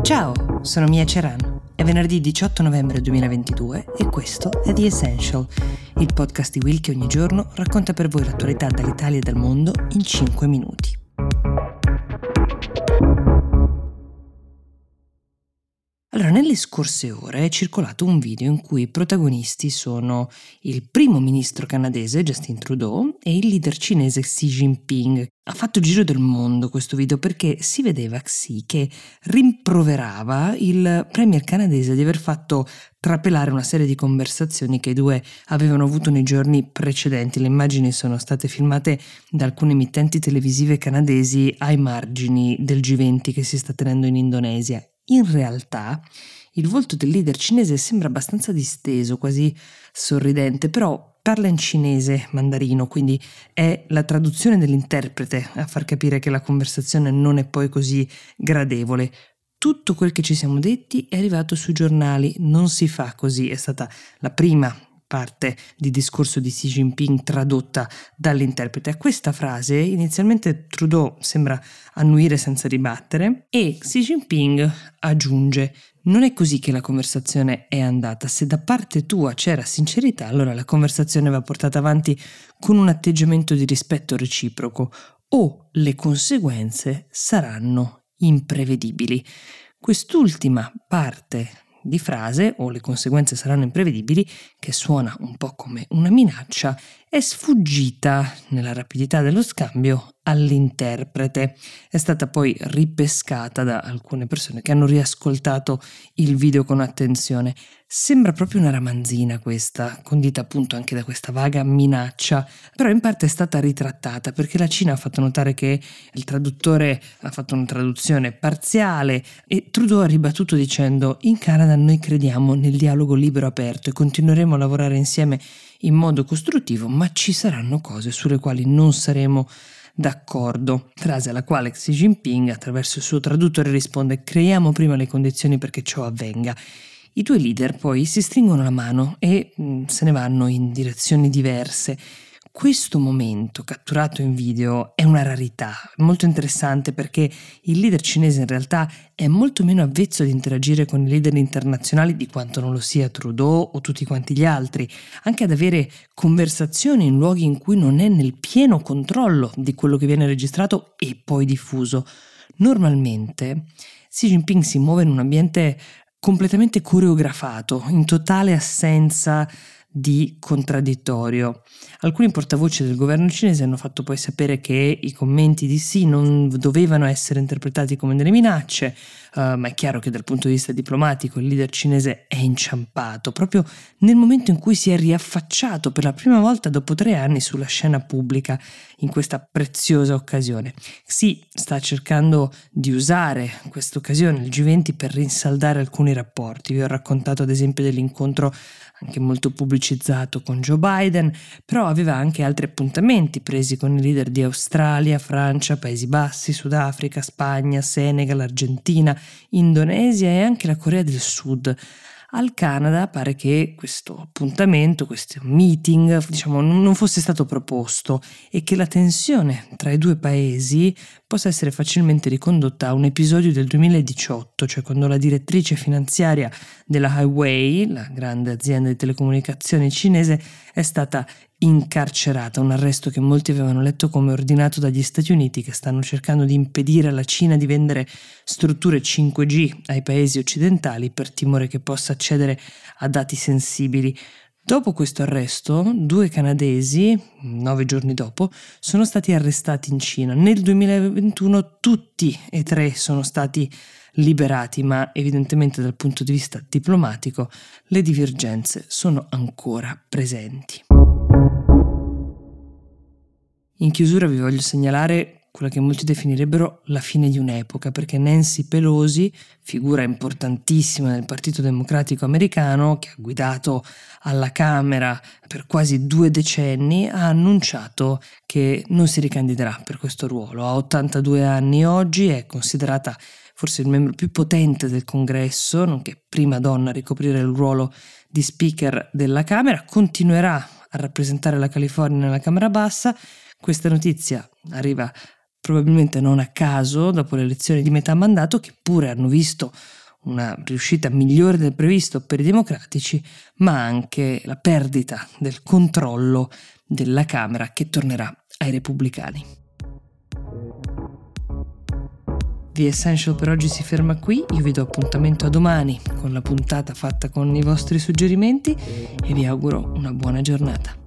Ciao, sono Mia Ceran. È venerdì 18 novembre 2022 e questo è The Essential, il podcast di Will che ogni giorno racconta per voi l'attualità dall'Italia e dal mondo in 5 minuti. Allora, nelle scorse ore è circolato un video in cui i protagonisti sono il primo ministro canadese Justin Trudeau e il leader cinese Xi Jinping. Ha fatto giro del mondo questo video perché si vedeva Xi che rimproverava il premier canadese di aver fatto trapelare una serie di conversazioni che i due avevano avuto nei giorni precedenti. Le immagini sono state filmate da alcune emittenti televisive canadesi ai margini del G20 che si sta tenendo in Indonesia. In realtà il volto del leader cinese sembra abbastanza disteso, quasi sorridente, però parla in cinese mandarino, quindi è la traduzione dell'interprete a far capire che la conversazione non è poi così gradevole. Tutto quel che ci siamo detti è arrivato sui giornali, non si fa così, è stata la prima parte di discorso di Xi Jinping tradotta dall'interprete. A questa frase inizialmente Trudeau sembra annuire senza ribattere e Xi Jinping aggiunge: non è così che la conversazione è andata, se da parte tua c'era sincerità allora la conversazione va portata avanti con un atteggiamento di rispetto reciproco o le conseguenze saranno imprevedibili. Quest'ultima parte di frase, o le conseguenze saranno imprevedibili, che suona un po' come una minaccia, è sfuggita nella rapidità dello scambio all'interprete. È stata poi ripescata da alcune persone che hanno riascoltato il video con attenzione. Sembra proprio una ramanzina questa, condita appunto anche da questa vaga minaccia, però in parte è stata ritrattata perché la Cina ha fatto notare che il traduttore ha fatto una traduzione parziale e Trudeau ha ribattuto dicendo: in Canada noi crediamo nel dialogo libero aperto e continueremo a lavorare insieme in modo costruttivo, ma ci saranno cose sulle quali non saremo d'accordo. Frase alla quale Xi Jinping attraverso il suo traduttore risponde: creiamo prima le condizioni perché ciò avvenga. I due leader poi si stringono la mano e se ne vanno in direzioni diverse. Questo momento catturato in video è una rarità, molto interessante perché il leader cinese in realtà è molto meno avvezzo ad interagire con i leader internazionali di quanto non lo sia Trudeau o tutti quanti gli altri, anche ad avere conversazioni in luoghi in cui non è nel pieno controllo di quello che viene registrato e poi diffuso. Normalmente Xi Jinping si muove in un ambiente completamente coreografato, in totale assenza di contraddittorio. Alcuni portavoce del governo cinese hanno fatto poi sapere che i commenti di Xi non dovevano essere interpretati come delle minacce, ma è chiaro che dal punto di vista diplomatico il leader cinese è inciampato proprio nel momento in cui si è riaffacciato per la prima volta dopo 3 anni sulla scena pubblica in questa preziosa occasione. Xi sta cercando di usare questa occasione, il G20, per rinsaldare alcuni rapporti. Vi ho raccontato ad esempio dell'incontro anche molto pubblicizzato con Joe Biden, però aveva anche altri appuntamenti presi con i leader di Australia, Francia, Paesi Bassi, Sudafrica, Spagna, Senegal, Argentina, Indonesia e anche la Corea del Sud. Al Canada pare che questo appuntamento, questo meeting, non fosse stato proposto e che la tensione tra i due paesi possa essere facilmente ricondotta a un episodio del 2018, cioè quando la direttrice finanziaria della Huawei, la grande azienda di telecomunicazioni cinese, è stata incarcerata, un arresto che molti avevano letto come ordinato dagli Stati Uniti, che stanno cercando di impedire alla Cina di vendere strutture 5G ai paesi occidentali per timore che possa accedere a dati sensibili. Dopo questo arresto, 2 canadesi, 9 giorni dopo, sono stati arrestati in Cina. Nel 2021 tutti e 3 sono stati liberati, ma evidentemente dal punto di vista diplomatico le divergenze sono ancora presenti. In chiusura vi voglio segnalare quella che molti definirebbero la fine di un'epoca, perché Nancy Pelosi, figura importantissima del Partito Democratico americano, che ha guidato alla Camera per quasi 2 decenni, ha annunciato che non si ricandiderà per questo ruolo. Ha 82 anni oggi, è considerata forse il membro più potente del Congresso, nonché prima donna a ricoprire il ruolo di Speaker della Camera, continuerà a rappresentare la California nella Camera Bassa. Questa notizia arriva probabilmente non a caso dopo le elezioni di metà mandato, che pure hanno visto una riuscita migliore del previsto per i democratici, ma anche la perdita del controllo della Camera che tornerà ai repubblicani. The Essential per oggi si ferma qui, io vi do appuntamento a domani con la puntata fatta con i vostri suggerimenti e vi auguro una buona giornata.